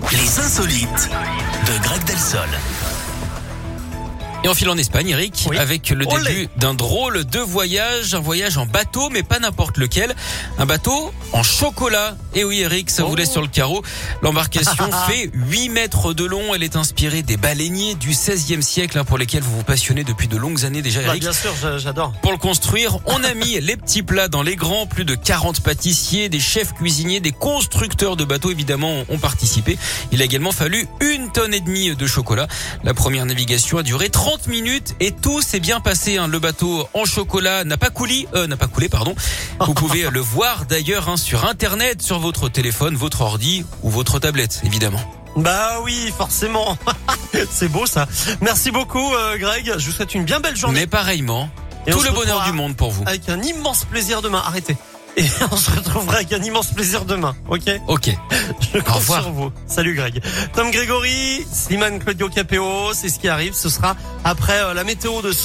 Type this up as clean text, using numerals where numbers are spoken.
Les insolites de Greg Delsol. Et on file en Espagne, Eric, Oui. avec le Olé. début d'un drôle de voyage. Un voyage en bateau, mais pas n'importe lequel. Un bateau en chocolat. Et oui, Eric, ça vous laisse sur le carreau. L'embarcation fait 8 mètres de long. Elle est inspirée des baleiniers du XVIe siècle, pour lesquels vous vous passionnez depuis de longues années déjà, Eric. Bien sûr, j'adore. Pour le construire, on a mis les petits plats dans les grands. Plus de 40 pâtissiers, des chefs cuisiniers, des constructeurs de bateaux, évidemment, ont participé. Il a également fallu 1,5 tonne de chocolat. La première navigation a duré 30 minutes et tout s'est bien passé. Le bateau en chocolat n'a pas coulé. Vous pouvez le voir d'ailleurs sur Internet, sur votre téléphone, votre ordi ou votre tablette, évidemment. Bah oui, forcément. C'est beau ça. Merci beaucoup Greg. Je vous souhaite une bien belle journée. Mais pareillement, Et on tout se le bonheur retrouvera du monde pour vous. Avec un immense plaisir demain. Arrêtez. Et on se retrouvera avec un immense plaisir demain. Ok? Ok. Je compte revoir. sur vous. Salut Greg. Tom Grégory, Slimane Claudio Capéo, c'est ce qui arrive. Ce sera après la météo de